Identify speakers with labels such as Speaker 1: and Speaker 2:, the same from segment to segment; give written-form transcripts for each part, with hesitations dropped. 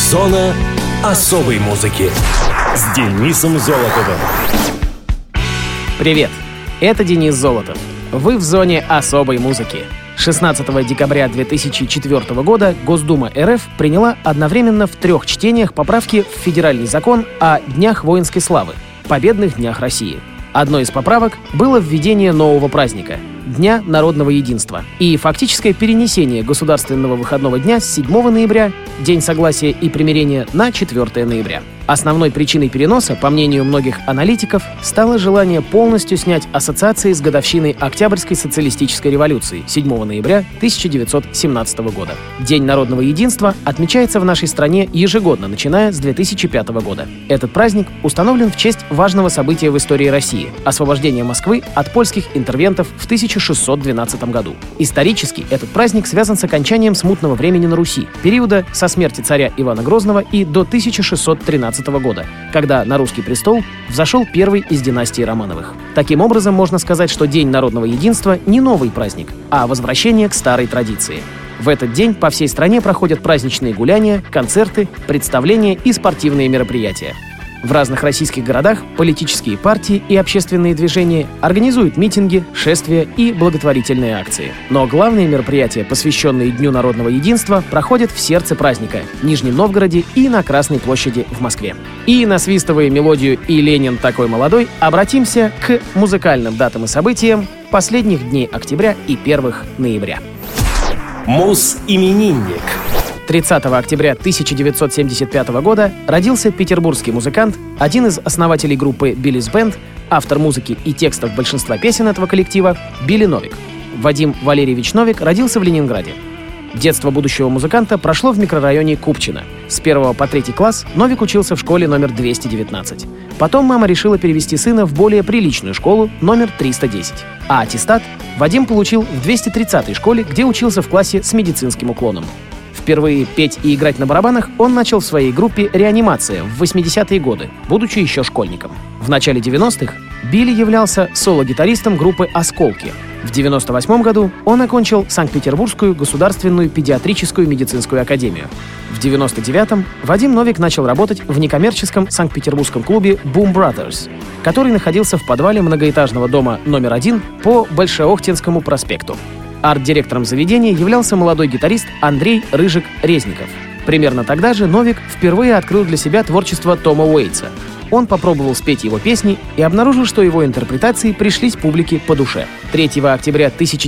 Speaker 1: Зона особой музыки с Денисом Золотовым.
Speaker 2: Привет, это Денис Золотов. Вы в зоне особой музыки. 16 декабря 2004 года Госдума РФ приняла одновременно в 3 чтениях поправки в федеральный закон о Днях воинской славы — Победных днях России. Одной из поправок было введение нового праздника — Дня народного единства, и фактическое перенесение государственного выходного дня с 7 ноября, День согласия и примирения, на 4 ноября. Основной причиной переноса, по мнению многих аналитиков, стало желание полностью снять ассоциации с годовщиной Октябрьской социалистической революции 7 ноября 1917 года. День народного единства отмечается в нашей стране ежегодно, начиная с 2005 года. Этот праздник установлен в честь важного события в истории России — освобождения Москвы от польских интервентов в 1612 году. Исторически этот праздник связан с окончанием смутного времени на Руси, периода со смерти царя Ивана Грозного и до 1613 года, когда на русский престол взошел первый из династии Романовых. Таким образом, можно сказать, что День народного единства не новый праздник, а возвращение к старой традиции. В этот день по всей стране проходят праздничные гуляния, концерты, представления и спортивные мероприятия. В разных российских городах политические партии и общественные движения организуют митинги, шествия и благотворительные акции. Но главные мероприятия, посвященные Дню народного единства, проходят в сердце праздника — Нижнем Новгороде и на Красной площади в Москве. И, насвистывая мелодию «И Ленин такой молодой», обратимся к музыкальным датам и событиям последних дней октября и первых ноября.
Speaker 1: Мус-именинник.
Speaker 2: 30 октября 1975 года родился петербургский музыкант, один из основателей группы Billys Band, автор музыки и текстов большинства песен этого коллектива — Билли Новик. Вадим Валерьевич Новик родился в Ленинграде. Детство будущего музыканта прошло в микрорайоне Купчино. С 1 по 3 класс Новик учился в школе номер 219. Потом мама решила перевести сына в более приличную школу номер 310. А аттестат Вадим получил в 230-й школе, где учился в классе с медицинским уклоном. Впервые петь и играть на барабанах он начал в своей группе «Реанимация» в 80-е годы, будучи еще школьником. В начале 90-х Билли являлся соло-гитаристом группы «Осколки». В 98 году он окончил Санкт-Петербургскую государственную педиатрическую медицинскую академию. В 99-м Вадим Новик начал работать в некоммерческом санкт-петербургском клубе Boom Brothers, который находился в подвале многоэтажного дома номер 1 по Большеохтинскому проспекту. Арт-директором заведения являлся молодой гитарист Андрей Рыжик-Резников. Примерно тогда же Новик впервые открыл для себя творчество Тома Уэйтса. Он попробовал спеть его песни и обнаружил, что его интерпретации пришлись публике по душе. 3 октября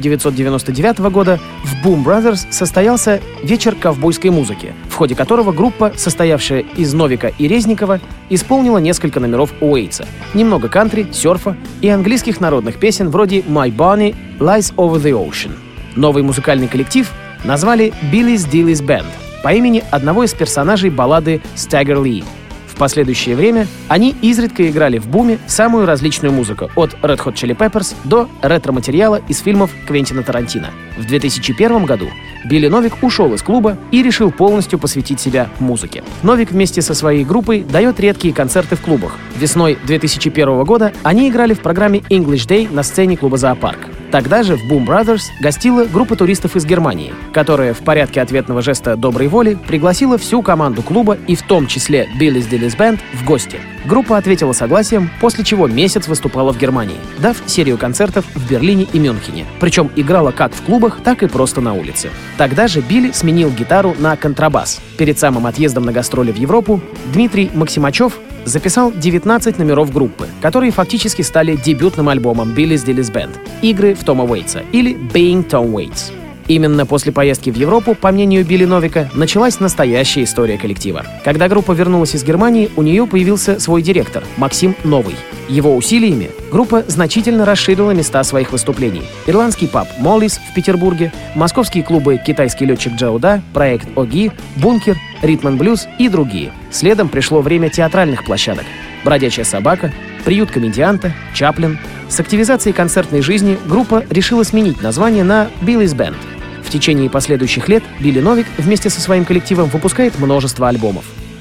Speaker 2: 1999 года в Boom Brothers состоялся вечер ковбойской музыки, в ходе которого группа, состоявшая из Новика и Резникова, исполнила несколько номеров Уэйтса, немного кантри, серфа и английских народных песен вроде «My Bonnie Lies Over the Ocean». Новый музыкальный коллектив назвали Billy's Dealey's Band по имени одного из персонажей баллады «Stagger Lee». В последующее время они изредка играли в Буме самую различную музыку, от Red Hot Chili Peppers до ретро-материала из фильмов Квентина Тарантино. В 2001 году Билли Новик ушел из клуба и решил полностью посвятить себя музыке. Новик вместе со своей группой дает редкие концерты в клубах. Весной 2001 года они играли в программе English Day на сцене клуба «Зоопарк». Тогда же в Boom Brothers гостила группа туристов из Германии, которая в порядке ответного жеста доброй воли пригласила всю команду клуба и в том числе Billy's Dealey's Band в гости. Группа ответила согласием, после чего месяц выступала в Германии, дав серию концертов в Берлине и Мюнхене. Причем играла как в клубах, так и просто на улице. Тогда же Билли сменил гитару на контрабас. Перед самым отъездом на гастроли в Европу Дмитрий Максимачев записал 19 номеров группы, которые фактически стали дебютным альбомом Billy's Dealey's Band «Игры в Тома Уэйтса» или «Being Tom Waits». Именно после поездки в Европу, по мнению Билли Новика, началась настоящая история коллектива. Когда группа вернулась из Германии, у нее появился свой директор Максим Новый. Его усилиями группа значительно расширила места своих выступлений. Ирландский паб «Моллис» в Петербурге, московские клубы «Китайский летчик Джауда», «Проект ОГИ», «Бункер», «Ритм & блюз» и другие. Следом пришло время театральных площадок: «Бродячая собака», «Приют комедианта», «Чаплин». С активизацией концертной жизни группа решила сменить название на Billy's Band. В течение последующих лет Билли Новик вместе со своим коллективом выпускает множество альбомов.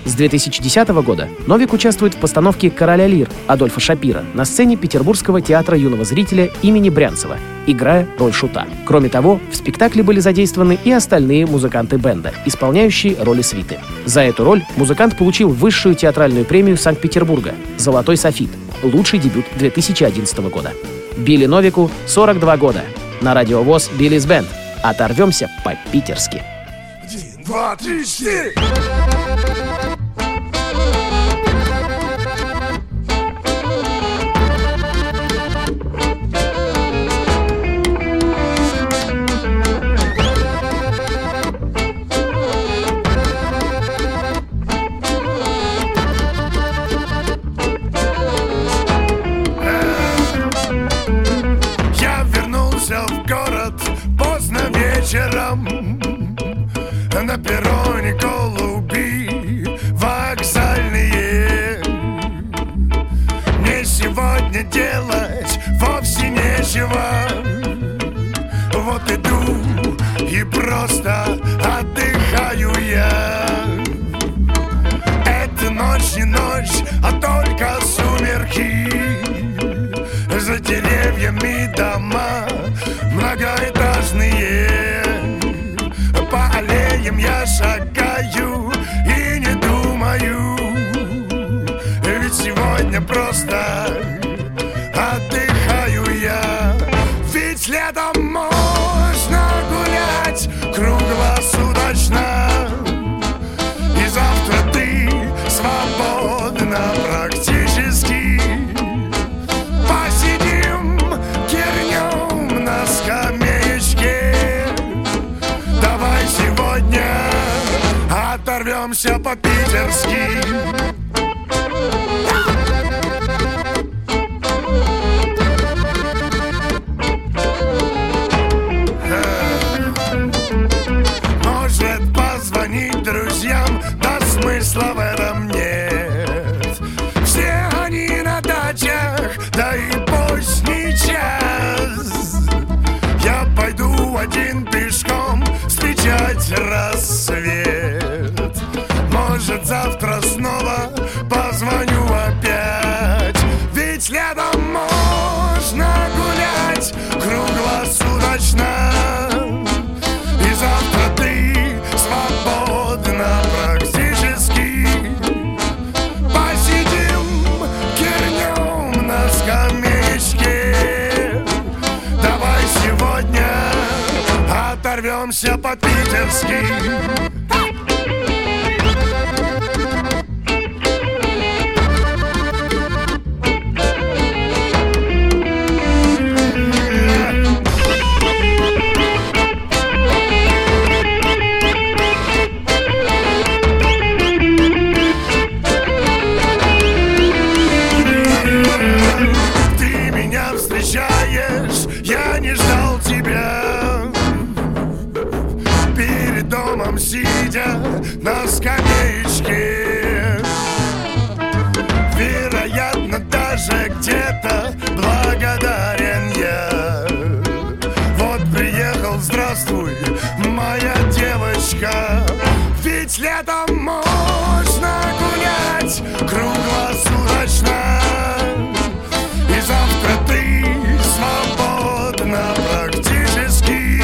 Speaker 2: С 2010 года Новик участвует в постановке «Короля лир» Адольфа Шапира на сцене Петербургского театра юного зрителя имени Брянцева, играя роль шута. Кроме того, в спектакле были задействованы и остальные музыканты бенда, исполняющие роли свиты. За эту роль музыкант получил высшую театральную премию Санкт-Петербурга «Золотой софит» — лучший дебют 2011 года. Билли Новику 42 года. На Радио ВОС «Биллис Бенд». Оторвемся по-питерски.
Speaker 3: 1, 2, 3, 4. Я вернулся в город поздно вечером. На перроне голуби вокзальные. Мне сегодня делать вовсе нечего. Вот иду и просто отдыхаю я. Это ночь не ночь, а только сумерки. За деревьями дома многоэтажные. По аллеям я шагаю и не думаю, ведь сегодня просто отдыхаю я. Ведь летом можно гулять круглосуточно, и завтра ты свободна практически. Посидим, кернем на скамеечке. Давай сегодня оторвемся по-питерски. Может позвонить друзьям, да смысла в этом нет. Все они на дачах, да и поздний час. Я пойду один пешком встречать рассвет. Может завтра снова позвоню опять. Ведь летом можно гулять круглосуточно, и завтра ты свободна практически. Посидим, кернем на скамеечке. Давай сегодня оторвемся по-питерски. Ты меня встречаешь, я не ждал тебя. Перед домом сидя на скамеечке, вероятно, даже где-то благодарен я. Вот приехал, здравствуй, моя девочка. Ведь летом можно гулять круглосуточно, и завтра ты свободна практически.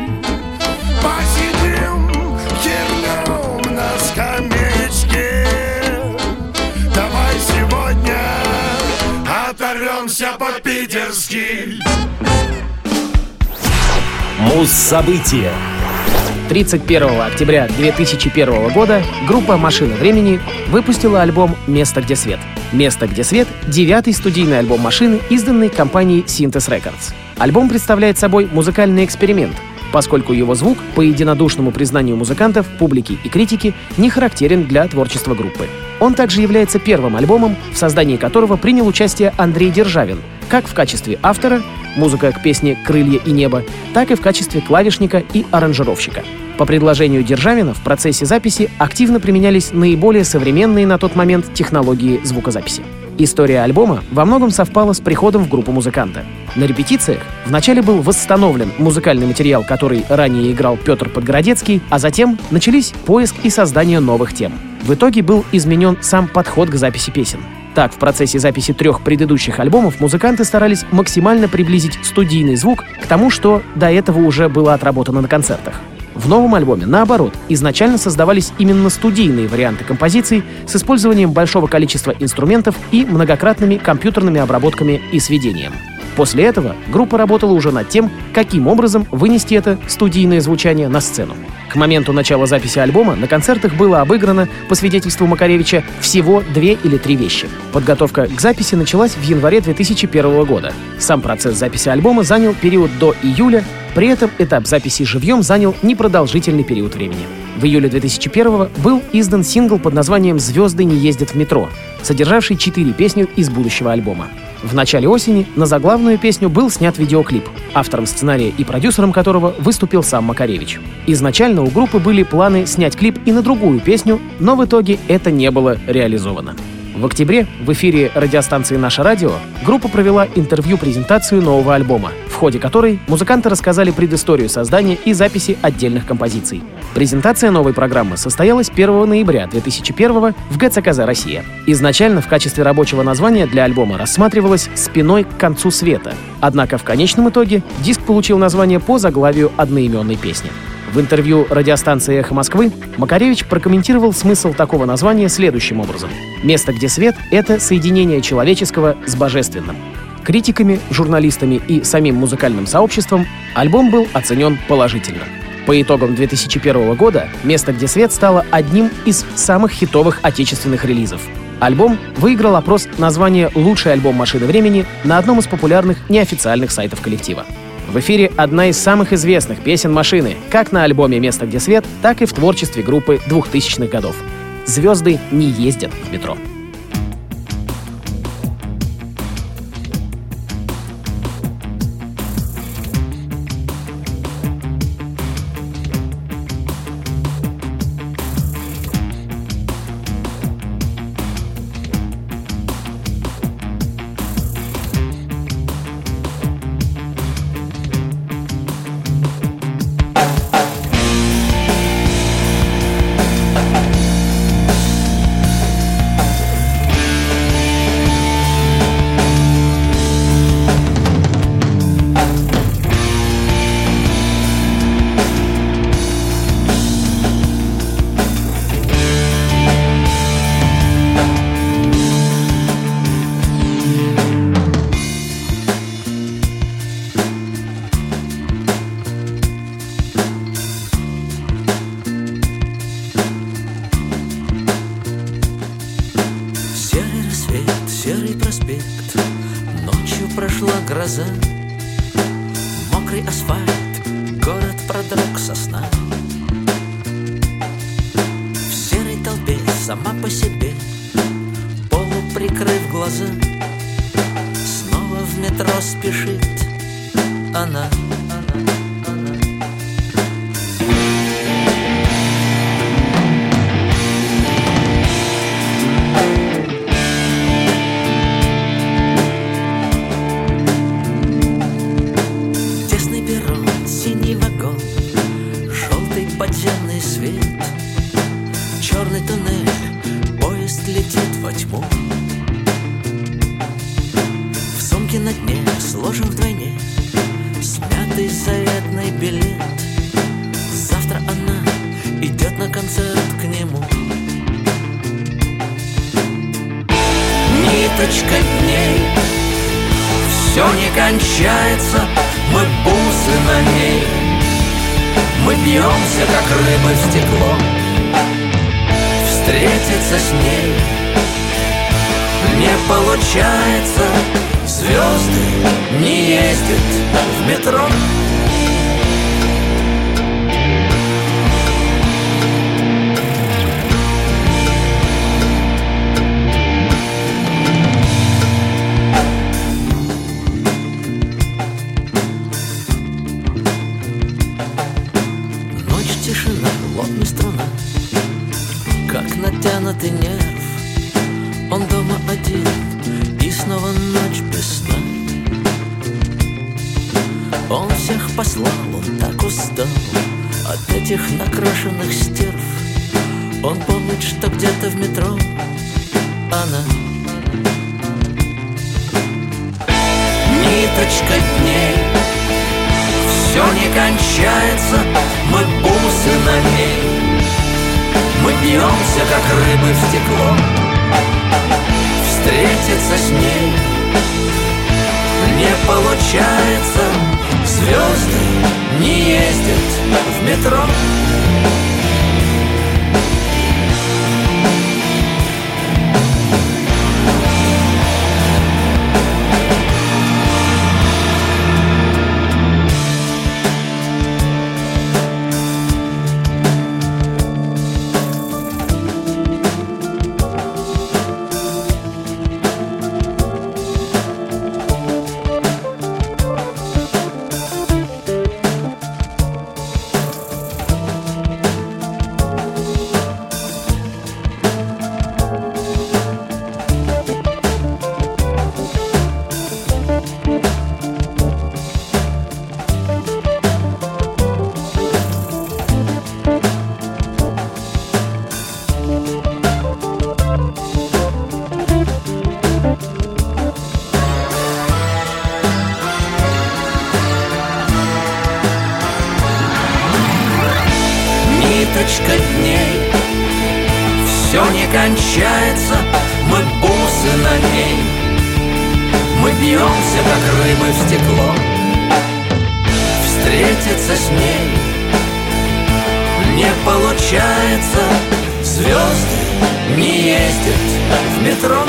Speaker 3: Посидим, кернем на скамеечке. Давай сегодня оторвемся по-питерски.
Speaker 1: Муз-события.
Speaker 2: 31 октября 2001 года группа «Машина времени» выпустила альбом «Место, где свет». «Место, где свет» — 9-й студийный альбом «Машины», изданный компанией Synthes Records. Альбом представляет собой музыкальный эксперимент, поскольку его звук, по единодушному признанию музыкантов, публики и критики, не характерен для творчества группы. Он также является первым альбомом, в создании которого принял участие Андрей Державин, как в качестве автора, музыка к песне «Крылья и небо», так и в качестве клавишника и аранжировщика. По предложению Державина в процессе записи активно применялись наиболее современные на тот момент технологии звукозаписи. История альбома во многом совпала с приходом в группу музыканта. На репетициях вначале был восстановлен музыкальный материал, который ранее играл Петр Подгородецкий, а затем начались поиск и создание новых тем. В итоге был изменен сам подход к записи песен. Так, в процессе записи 3 предыдущих альбомов музыканты старались максимально приблизить студийный звук к тому, что до этого уже было отработано на концертах. В новом альбоме, наоборот, изначально создавались именно студийные варианты композиций с использованием большого количества инструментов и многократными компьютерными обработками и сведением. После этого группа работала уже над тем, каким образом вынести это студийное звучание на сцену. К моменту начала записи альбома на концертах было обыграно, по свидетельству Макаревича, всего 2 или 3 вещи. Подготовка к записи началась в январе 2001 года. Сам процесс записи альбома занял период до июля, при этом этап записи живьем занял непродолжительный период времени. В июле 2001 был издан сингл под названием «Звезды не ездят в метро», содержавший 4 песни из будущего альбома. В начале осени на заглавную песню был снят видеоклип, автором сценария и продюсером которого выступил сам Макаревич. Изначально у группы были планы снять клип и на другую песню, но в итоге это не было реализовано. В октябре в эфире радиостанции «Наше радио» группа провела интервью-презентацию нового альбома, в ходе которой музыканты рассказали предысторию создания и записи отдельных композиций. Презентация новой программы состоялась 1 ноября 2001 в ГЦКЗ «Россия». Изначально в качестве рабочего названия для альбома рассматривалось «Спиной к концу света». Однако в конечном итоге диск получил название по заглавию одноименной песни. В интервью радиостанции «Эхо Москвы» Макаревич прокомментировал смысл такого названия следующим образом. «Место, где свет» — это соединение человеческого с божественным. Критиками, журналистами и самим музыкальным сообществом альбом был оценен положительно. По итогам 2001 года «Место, где свет» стало одним из самых хитовых отечественных релизов. Альбом выиграл опрос названия «Лучший альбом машины времени» на одном из популярных неофициальных сайтов коллектива. В эфире одна из самых известных песен «Машины», как на альбоме «Место, где свет», так и в творчестве группы 2000-х годов. «Звезды не ездят в метро».
Speaker 4: Серый проспект, ночью прошла гроза, мокрый асфальт, город продрог со сна. В серой толпе сама по себе, полуприкрыв глаза, снова в метро спешит она. Подземный свет, черный туннель, поезд летит во тьму. В сумке на дне сложен вдвойне смятый заветный билет. Завтра она идет на концерт к нему. Ниточка дней, все не кончается, мы бусы на ней. Мы бьемся, как рыбы в стекло, встретиться с ней не получается. Звезды не ездят в метро. Тишина, лопни струна, как натянутый нерв. Он дома один, и снова ночь без сна. Он всех послал, он так устал от этих накрашенных стерв. Он помнит, что где-то в метро она. Ниточка дней, все не кончается, мы бусы на ней. Мы бьемся, как рыбы в стекло. Встретиться с ней не получается. Звезды не ездят в метро. Ниточка дней, все не кончается, мы бусы на ней. Мы бьемся, как рыбы в стекло. Встретиться с ней не получается. Звезды не ездят в метро.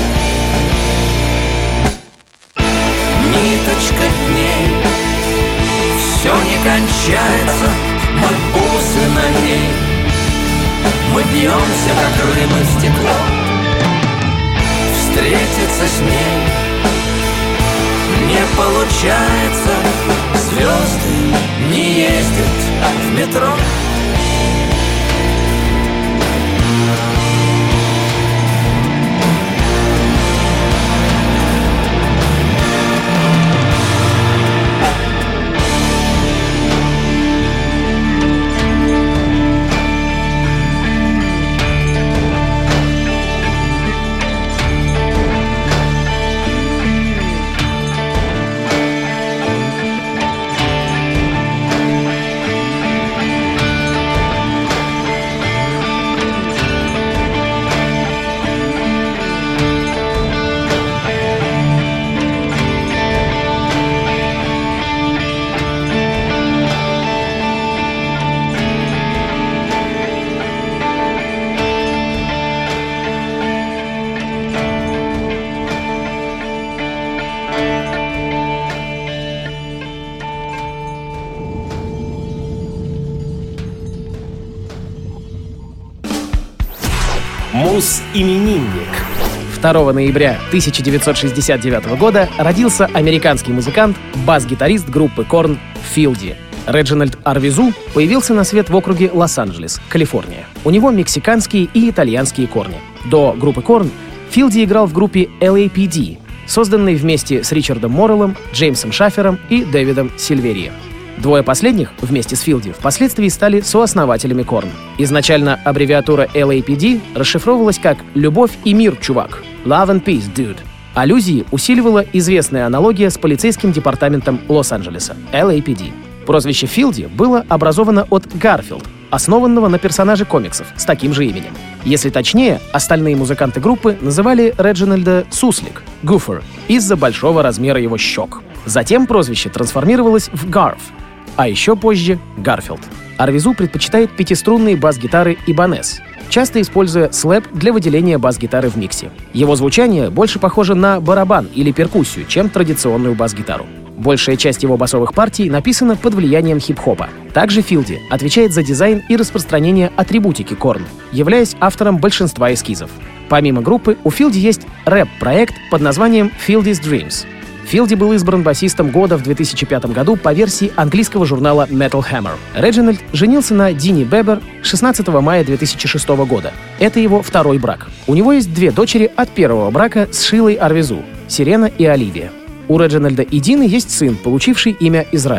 Speaker 4: Ниточка дней, все не кончается, мы бусы на ней. Мы бьемся, как рыбы в стекло. Встретиться с ней не получается. Звезды не ездят в метро.
Speaker 1: Мус-именинник.
Speaker 2: 2 ноября 1969 года родился американский музыкант, бас-гитарист группы Корн Филди. Реджинальд Арвизу появился на свет в округе Лос-Анджелес, Калифорния. У него мексиканские и итальянские корни. До группы Корн Филди играл в группе LAPD, созданной вместе с Ричардом Морреллом, Джеймсом Шаффером и Дэвидом Сильверио. Двое последних, вместе с Филди, впоследствии стали сооснователями Корн. Изначально аббревиатура LAPD расшифровывалась как «Любовь и мир, чувак» — «Love and Peace, dude». Аллюзии усиливала известная аналогия с полицейским департаментом Лос-Анджелеса — LAPD. Прозвище Филди было образовано от Гарфилд, основанного на персонаже комиксов с таким же именем. Если точнее, остальные музыканты группы называли Реджинальда Суслик — Гуфер, из-за большого размера его щек. Затем прозвище трансформировалось в Гарф, а еще позже — Гарфилд. Арвизу предпочитает пятиструнные бас-гитары Ibanez, часто используя слэп для выделения бас-гитары в миксе. Его звучание больше похоже на барабан или перкуссию, чем традиционную бас-гитару. Большая часть его басовых партий написана под влиянием хип-хопа. Также Филди отвечает за дизайн и распространение атрибутики Корн, являясь автором большинства эскизов. Помимо группы, у Филди есть рэп-проект под названием Fildy's Dreams. Филди был избран басистом года в 2005 году по версии английского журнала Metal Hammer. Реджинальд женился на Дине Бебер 16 мая 2006 года. Это его второй брак. У него есть две дочери от первого брака с Шилой Арвизу — Сирена и Оливия. У Реджинальда и Дины есть сын, получивший имя Израиль.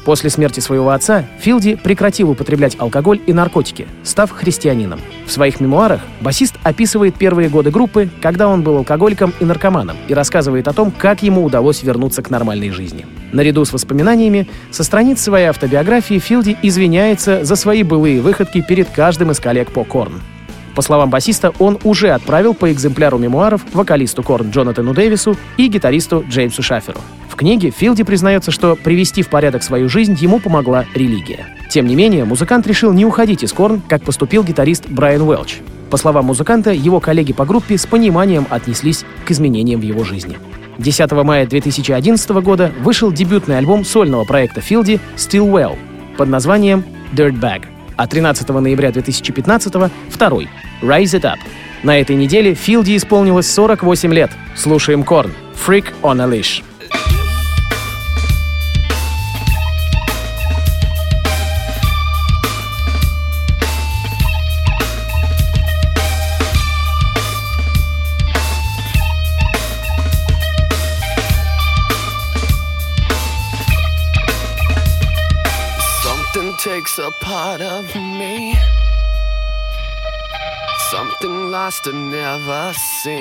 Speaker 2: После смерти своего отца Филди прекратил употреблять алкоголь и наркотики, став христианином. В своих мемуарах басист описывает первые годы группы, когда он был алкоголиком и наркоманом, и рассказывает о том, как ему удалось вернуться к нормальной жизни. Наряду с воспоминаниями, со страниц своей автобиографии Филди извиняется за свои былые выходки перед каждым из коллег по Корн. По словам басиста, он уже отправил по экземпляру мемуаров вокалисту Корн Джонатану Дэвису и гитаристу Джеймсу Шафферу. В книге Филди признается, что привести в порядок свою жизнь ему помогла религия. Тем не менее, музыкант решил не уходить из Корн, как поступил гитарист Брайан Уэлч. По словам музыканта, его коллеги по группе с пониманием отнеслись к изменениям в его жизни. 10 мая 2011 года вышел дебютный альбом сольного проекта Филди «Still Well» под названием «Dirtbag», а 13 ноября 2015-го — второй «Rise It Up». На этой неделе Филди исполнилось 48 лет. Слушаем Корн «Freak on a Leash».
Speaker 3: Takes a part of me, something lost and never seen.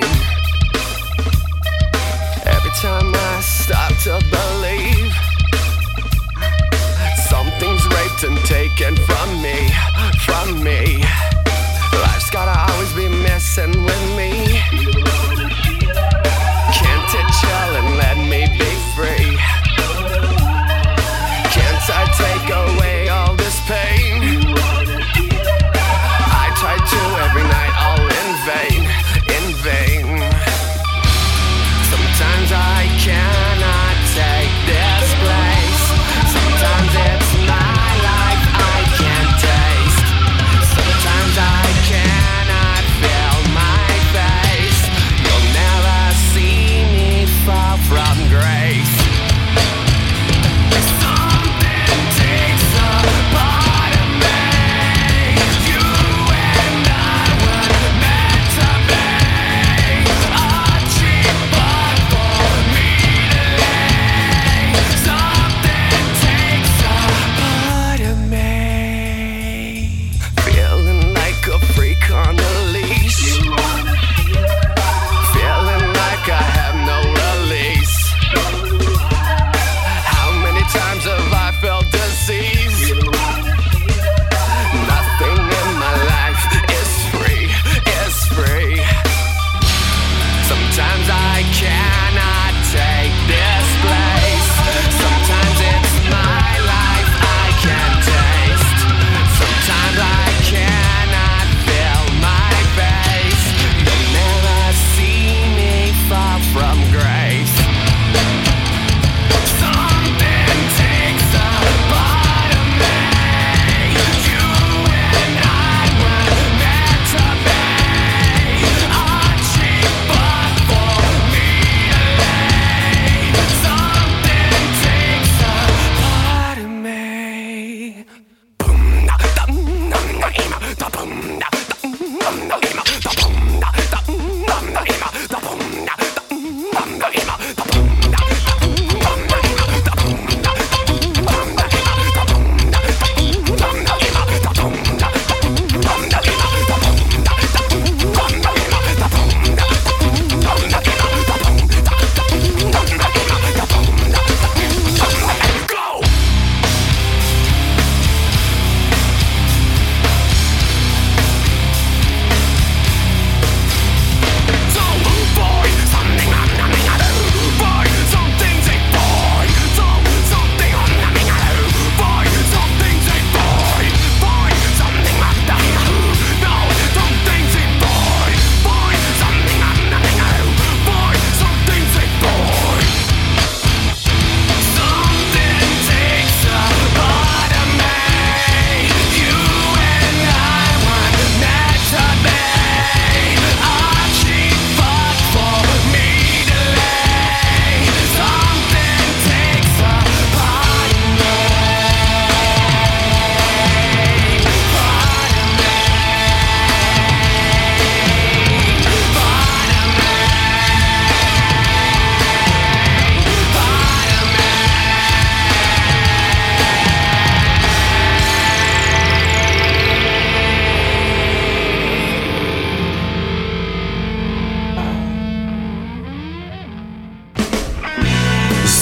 Speaker 3: Every time I start to believe something's raped and taken from me, from me. Life's gotta always be messing with me. Can't it chill and let me be free? Can't I take away all this pain? I try to every night, all in vain, in vain. Sometimes I cannot take this place. Sometimes it's my life I can't taste. Sometimes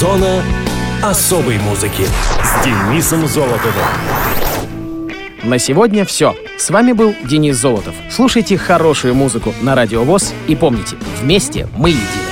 Speaker 1: Зона особой музыки с Денисом Золотовым.
Speaker 2: На сегодня все. С вами был Денис Золотов. Слушайте хорошую музыку на Радио ВОС и помните, вместе мы едины.